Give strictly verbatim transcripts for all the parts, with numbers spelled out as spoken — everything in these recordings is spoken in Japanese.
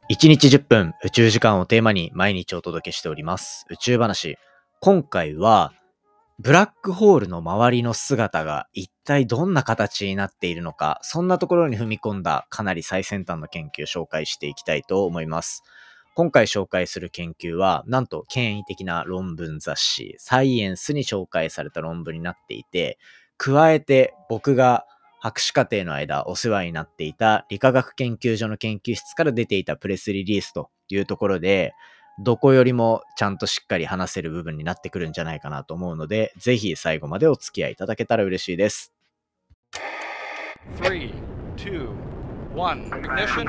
いちにちじゅっぷん宇宙時間をテーマに毎日お届けしております宇宙話。今回はブラックホールの周りの姿が一体どんな形になっているのか、そんなところに踏み込んだかなり最先端の研究を紹介していきたいと思います。今回紹介する研究はなんと権威的な論文雑誌サイエンスに紹介された論文になっていて、加えて僕が博士課程の間お世話になっていた理化学研究所の研究室から出ていたプレスリリースというところで、どこよりもちゃんとしっかり話せる部分になってくるんじゃないかなと思うので、ぜひ最後までお付き合いいただけたら嬉しいです。 さん、に、いち、ignition.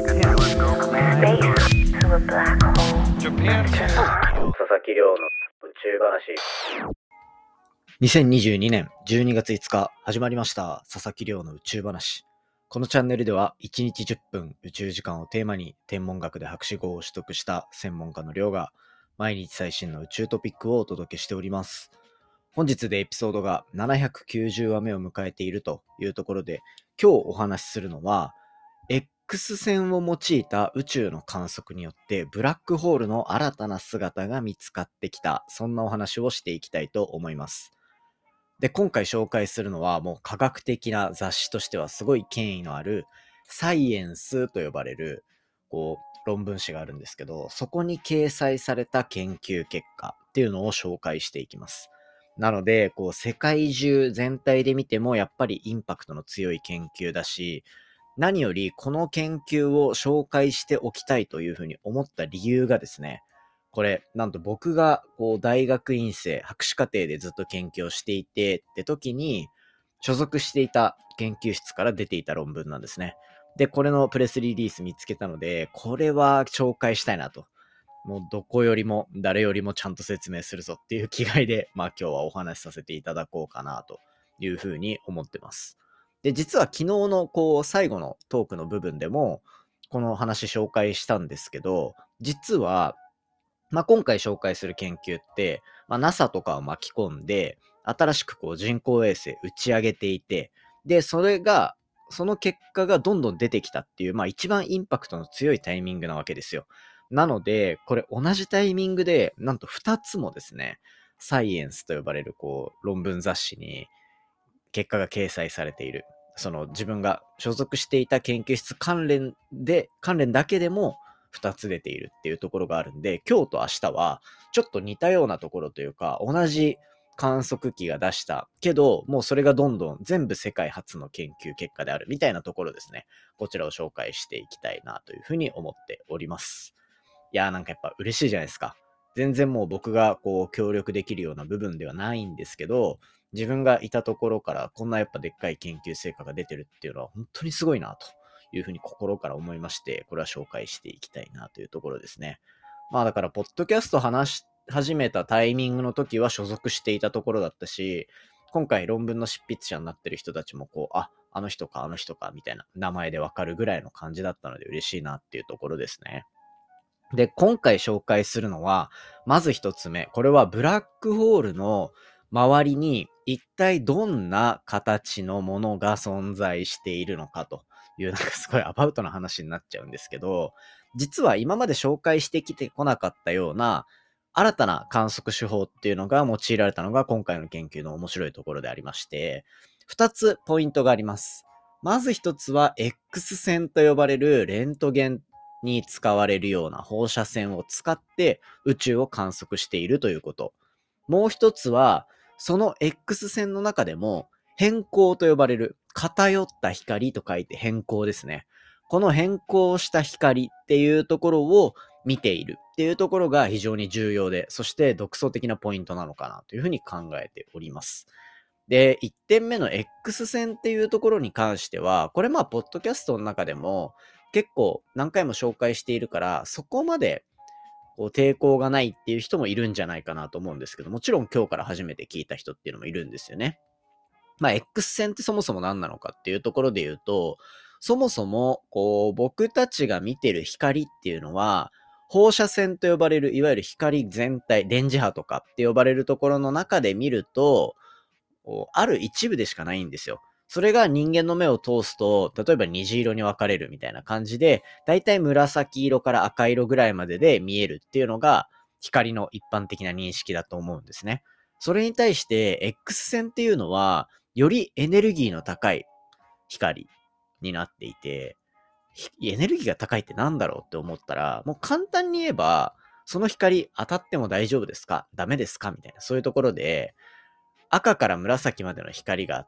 Japan. 佐々木亮の宇宙話。にせんにじゅうにねんじゅうにがついつか始まりました佐々木亮の宇宙話。このチャンネルではいちにちじゅっぷん宇宙時間をテーマに天文学で博士号を取得した専門家の亮が毎日最新の宇宙トピックをお届けしております。本日でエピソードがななひゃくきゅうじゅうわめを迎えているというところで、今日お話しするのは X 線を用いた宇宙の観測によってブラックホールの新たな姿が見つかってきた、そんなお話をしていきたいと思います。で、今回紹介するのはもう科学的な雑誌としてはすごい権威のあるサイエンスと呼ばれるこう論文誌があるんですけど、そこに掲載された研究結果っていうのを紹介していきます。なので、こう世界中全体で見てもやっぱりインパクトの強い研究だし、何よりこの研究を紹介しておきたいというふうに思った理由がですね、これなんと僕がこう大学院生博士課程でずっと研究をしていてって時に所属していた研究室から出ていた論文なんですね。で、これのプレスリリース見つけたので、これは紹介したいなと。もうどこよりも誰よりもちゃんと説明するぞっていう気概で、まあ今日はお話しさせていただこうかなというふうに思ってます。で、実は昨日のこう最後のトークの部分でもこの話紹介したんですけど、実はまあ、今回紹介する研究って、まあ、ナサ とかを巻き込んで、新しくこう人工衛星打ち上げていて、で、それが、その結果がどんどん出てきたっていう、まあ一番インパクトの強いタイミングなわけですよ。なので、これ同じタイミングで、なんとふたつもですね、サイエンスと呼ばれるこう論文雑誌に結果が掲載されている。その自分が所属していた研究室関連で、関連だけでもふたつ出ているっていうところがあるんで、今日と明日はちょっと似たようなところというか、同じ観測機が出したけど、もうそれがどんどん全部世界初の研究結果であるみたいなところですね。こちらを紹介していきたいなというふうに思っております。いやーなんかやっぱ嬉しいじゃないですか。全然もう僕がこう協力できるような部分ではないんですけど、自分がいたところからこんなやっぱでっかい研究成果が出てるっていうのは本当にすごいなというふうに心から思いまして、これは紹介していきたいなというところですね。まあだからポッドキャスト話し始めたタイミングの時は所属していたところだったし、今回論文の執筆者になってる人たちもこう、あ、あの人かあの人かみたいな名前でわかるぐらいの感じだったので嬉しいなっていうところですね。で、今回紹介するのは、まず一つ目。これはブラックホールの周りに一体どんな形のものが存在しているのかという、なんかすごいアバウトな話になっちゃうんですけど、実は今まで紹介してきてこなかったような新たな観測手法っていうのが用いられたのが今回の研究の面白いところでありまして、二つポイントがあります。まず一つは X 線と呼ばれるレントゲンに使われるような放射線を使って宇宙を観測しているということ。もう一つは、その X 線の中でも偏光と呼ばれる偏った光と書いて偏光ですね。この偏光した光っていうところを見ているっていうところが非常に重要で、そして独創的なポイントなのかなというふうに考えております。で、いってんめの X 線っていうところに関しては、これまあ、ポッドキャストの中でも結構何回も紹介しているから、そこまでこう抵抗がないっていう人もいるんじゃないかなと思うんですけど、もちろん今日から初めて聞いた人っていうのもいるんですよね。まあ、X 線ってそもそも何なのかっていうところで言うと、そもそもこう僕たちが見てる光っていうのは、放射線と呼ばれるいわゆる光全体、電磁波とかって呼ばれるところの中で見ると、ある一部でしかないんですよ。 それが人間の目を通すと、例えば虹色に分かれるみたいな感じで、だいたい紫色から赤色ぐらいまでで見えるっていうのが、光の一般的な認識だと思うんですね。それに対して、X 線っていうのは、よりエネルギーの高い光になっていて、エネルギーが高いってなんだろうって思ったら、もう簡単に言えば、その光当たっても大丈夫ですか？ダメですか？みたいな、そういうところで、赤から紫までの光があって、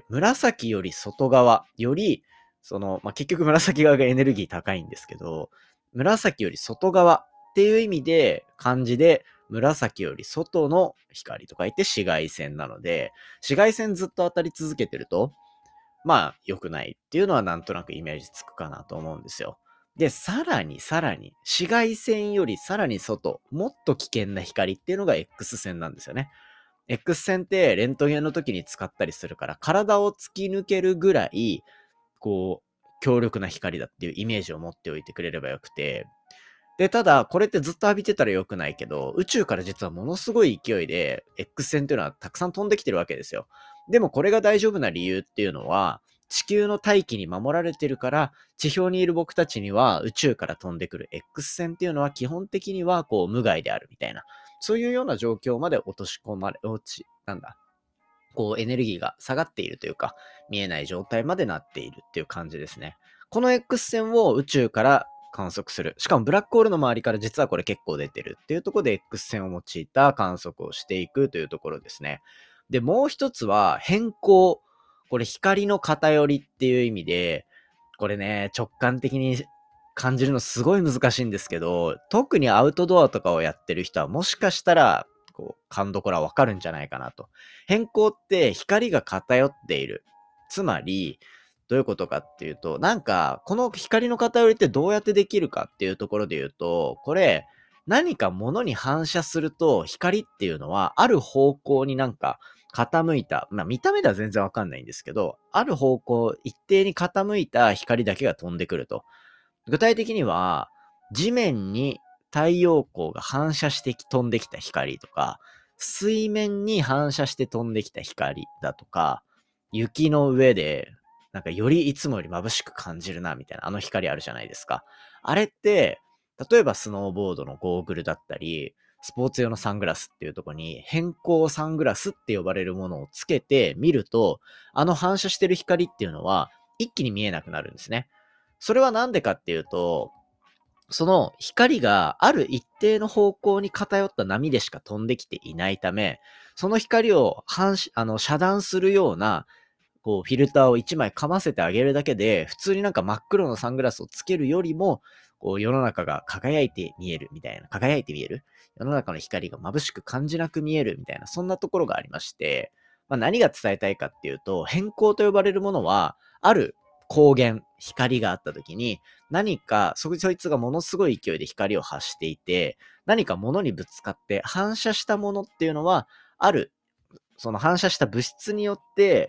紫より外側、より、その、まあ、結局紫側がエネルギー高いんですけど、紫より外側っていう意味で、漢字で、紫より外の光と書いて紫外線なので、紫外線ずっと当たり続けてると、まあ、良くないっていうのはなんとなくイメージつくかなと思うんですよ。で、さらにさらに、紫外線よりさらに外、もっと危険な光っていうのが X 線なんですよね。X 線ってレントゲンの時に使ったりするから、体を突き抜けるぐらい、こう、強力な光だっていうイメージを持っておいてくれればよくて、で、ただ、これってずっと浴びてたら良くないけど、宇宙から実はものすごい勢いで X 線っていうのはたくさん飛んできてるわけですよ。でもこれが大丈夫な理由っていうのは、地球の大気に守られてるから、地表にいる僕たちには宇宙から飛んでくる X 線っていうのは基本的にはこう無害であるみたいな、そういうような状況まで落とし込まれ、落ち、なんだ、こうエネルギーが下がっているというか、見えない状態までなっているっていう感じですね。この X 線を宇宙から観測する。しかもブラックホールの周りから実はこれ結構出てるっていうところで X 線を用いた観測をしていくというところですね。で、もう一つは変光。これ光の偏りっていう意味で、これね、直感的に感じるのすごい難しいんですけど、特にアウトドアとかをやってる人はもしかしたら、こう、勘どころはわかるんじゃないかなと。変光って光が偏っている。つまり、どういうことかっていうと、なんか、この光の偏りってどうやってできるかっていうところで言うと、これ、何か物に反射すると、光っていうのは、ある方向になんか、傾いた、まあ見た目では全然わかんないんですけど、ある方向、一定に傾いた光だけが飛んでくると。具体的には、地面に太陽光が反射して飛んできた光とか、水面に反射して飛んできた光だとか、雪の上で、なんかよりいつもより眩しく感じるな、みたいな、あの光あるじゃないですか。あれって、例えばスノーボードのゴーグルだったり、スポーツ用のサングラスっていうところに変光サングラスって呼ばれるものをつけて見ると、あの反射してる光っていうのは一気に見えなくなるんですね。それはなんでかっていうと、その光がある一定の方向に偏った波でしか飛んできていないため、その光を反し、あの、遮断するような、こう、フィルターを一枚かませてあげるだけで、普通になんか真っ黒のサングラスをつけるよりも、こう、世の中が輝いて見えるみたいな、輝いて見える世の中の光が眩しく感じなく見えるみたいな、そんなところがありまして、まあ、何が伝えたいかっていうと、変光と呼ばれるものは、ある光源、光があった時に、何か、そ、そいつがものすごい勢いで光を発していて、何か物にぶつかって反射したものっていうのは、ある、その反射した物質によって、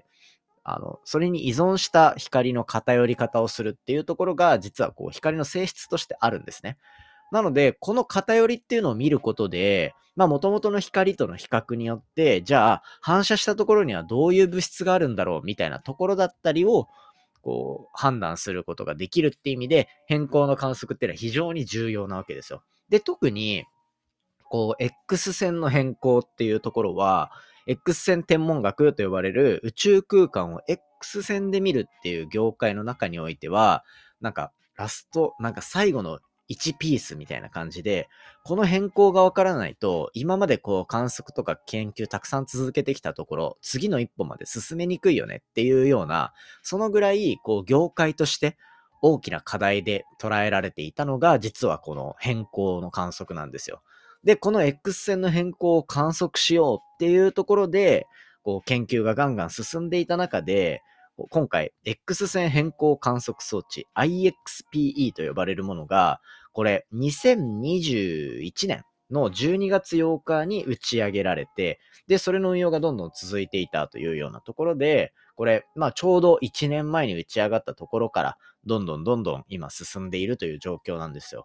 あの、それに依存した光の偏り方をするっていうところが、実はこう光の性質としてあるんですね。なので、この偏りっていうのを見ることで、まあ元々の光との比較によって、じゃあ反射したところにはどういう物質があるんだろうみたいなところだったりを、こう判断することができるって意味で、変更の観測っていうのは非常に重要なわけですよ。で、特に、こう、X 線の変更っていうところは、X 線天文学と呼ばれる宇宙空間を X 線で見るっていう業界の中においては、なんか、ラスト、なんか最後のいちピースみたいな感じで、この変更がわからないと、今までこう観測とか研究たくさん続けてきたところ、次の一歩まで進めにくいよねっていうような、そのぐらい、こう、業界として大きな課題で捉えられていたのが、実はこの変更の観測なんですよ。で、この X 線の変更を観測しようっていうところで、こう研究がガンガン進んでいた中で、今回 X 線変更観測装置 アイエックスピーイー と呼ばれるものが、これにせんにじゅういちねんのじゅうにがつようかに打ち上げられて、で、それの運用がどんどん続いていたというようなところで、これ、まあちょうどいちねんまえに打ち上がったところから、どんどんどんどん今進んでいるという状況なんですよ。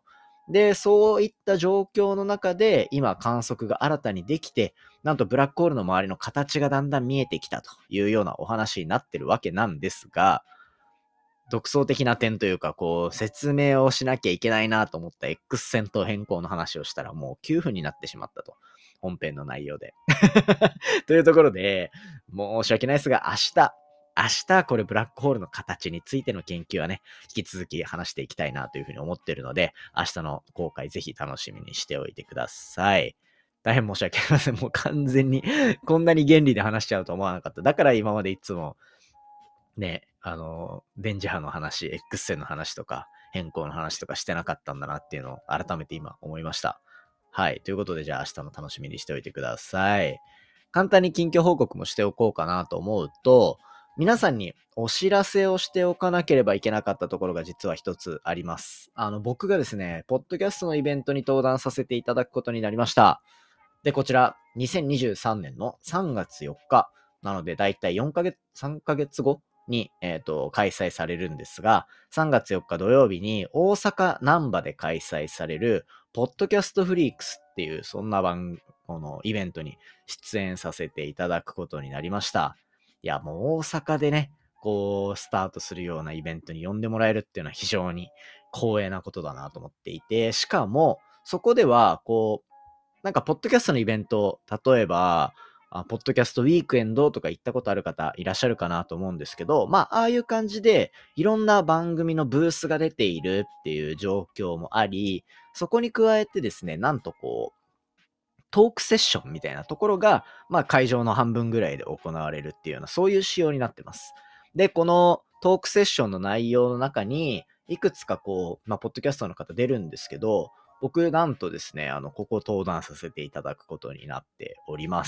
で、そういった状況の中で、今観測が新たにできて、なんとブラックホールの周りの形がだんだん見えてきたというようなお話になってるわけなんですが、独創的な点というか、こう、説明をしなきゃいけないなと思った X 線と変更の話をしたらもうきゅうふんになってしまったと。本編の内容で。というところで、申し訳ないですが、明日、明日これブラックホールの形についての研究はね、引き続き話していきたいなというふうに思っているので、明日の公開ぜひ楽しみにしておいてください。大変申し訳ありません。もう完全にこんなに原理で話しちゃうと思わなかった。だから今までいつもね、あの、電磁波の話、X 線の話とか、変更の話とかしてなかったんだなっていうのを改めて今思いました。はい。ということで、じゃあ明日の楽しみにしておいてください。簡単に近況報告もしておこうかなと思うと、皆さんにお知らせをしておかなければいけなかったところが実は一つあります。あの、僕がですね、ポッドキャストのイベントに登壇させていただくことになりました。で、こちら、にせんにじゅうさんねんのさんがつよっか、なので、だいたいよんかげつ、さんかげつごに、えっと、開催されるんですが、さんがつよっか土曜日に大阪難波で開催される、ポッドキャストフリークスっていう、そんな番、このイベントに出演させていただくことになりました。いや、もう大阪でね、こう、スタートするようなイベントに呼んでもらえるっていうのは非常に光栄なことだなと思っていて、しかも、そこでは、こう、なんか、ポッドキャストのイベント、例えば、あポッドキャストウィークエンドとか行ったことある方いらっしゃるかなと思うんですけど、まあ、ああいう感じで、いろんな番組のブースが出ているっていう状況もあり、そこに加えてですね、なんとこう、トークセッションみたいなところが、まあ、会場の半分ぐらいで行われるっていうような、そういう仕様になってます。で、このトークセッションの内容の中に、いくつかこう、まあ、ポッドキャストの方出るんですけど、僕なんとですね、あの、ここ登壇させていただくことになっております。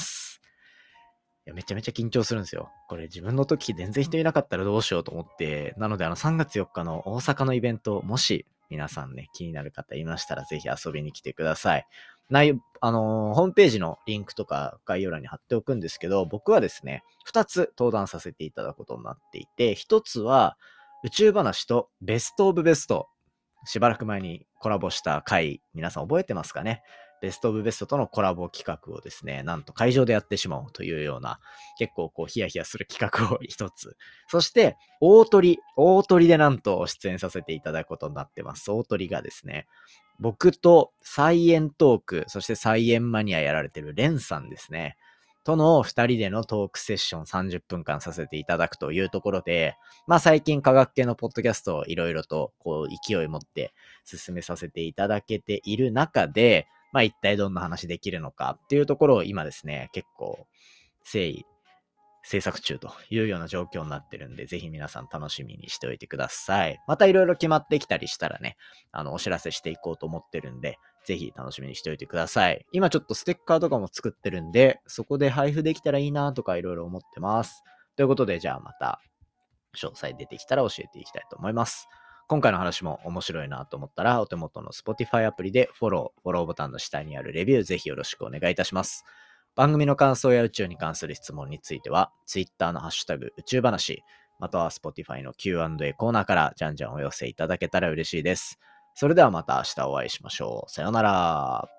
いや、めちゃめちゃ緊張するんですよ。これ自分の時全然人いなかったらどうしようと思って、なのであのさんがつよっかの大阪のイベント、もし皆さんね、気になる方いましたらぜひ遊びに来てください。内容、あのーホームページのリンクとか概要欄に貼っておくんですけど、僕はですね、ふたつ登壇させていただくことになっていて、ひとつは宇宙話とベストオブベスト。しばらく前にコラボした回、皆さん覚えてますかね？ベストオブベストとのコラボ企画をですね、なんと会場でやってしまおうというような、結構こうヒヤヒヤする企画を一つ。そして、大鳥、大鳥でなんと出演させていただくことになってます。大鳥がですね、僕とサイエントーク、そしてサイエンマニアやられてるレンさんですね。との二人でのトークセッションさんじゅっぷんかんさせていただくというところで、まあ最近科学系のポッドキャストをいろいろとこう勢い持って進めさせていただけている中で、まあ一体どんな話できるのかっていうところを今ですね、結構誠意制作中というような状況になってるんで、ぜひ皆さん楽しみにしておいてください。またいろいろ決まってきたりしたらね、あの、お知らせしていこうと思ってるんで、ぜひ楽しみにしておいてください。今ちょっとステッカーとかも作ってるんで、そこで配布できたらいいなとかいろいろ思ってます。ということで、じゃあまた詳細出てきたら教えていきたいと思います。今回の話も面白いなと思ったら、お手元の Spotify アプリでフォロー、フォローボタンの下にあるレビュー、ぜひよろしくお願いいたします。番組の感想や宇宙に関する質問については、Twitter のハッシュタグ宇宙話、または Spotify の キューアンドエー コーナーからじゃんじゃんお寄せいただけたら嬉しいです。それではまた明日お会いしましょう。さようなら。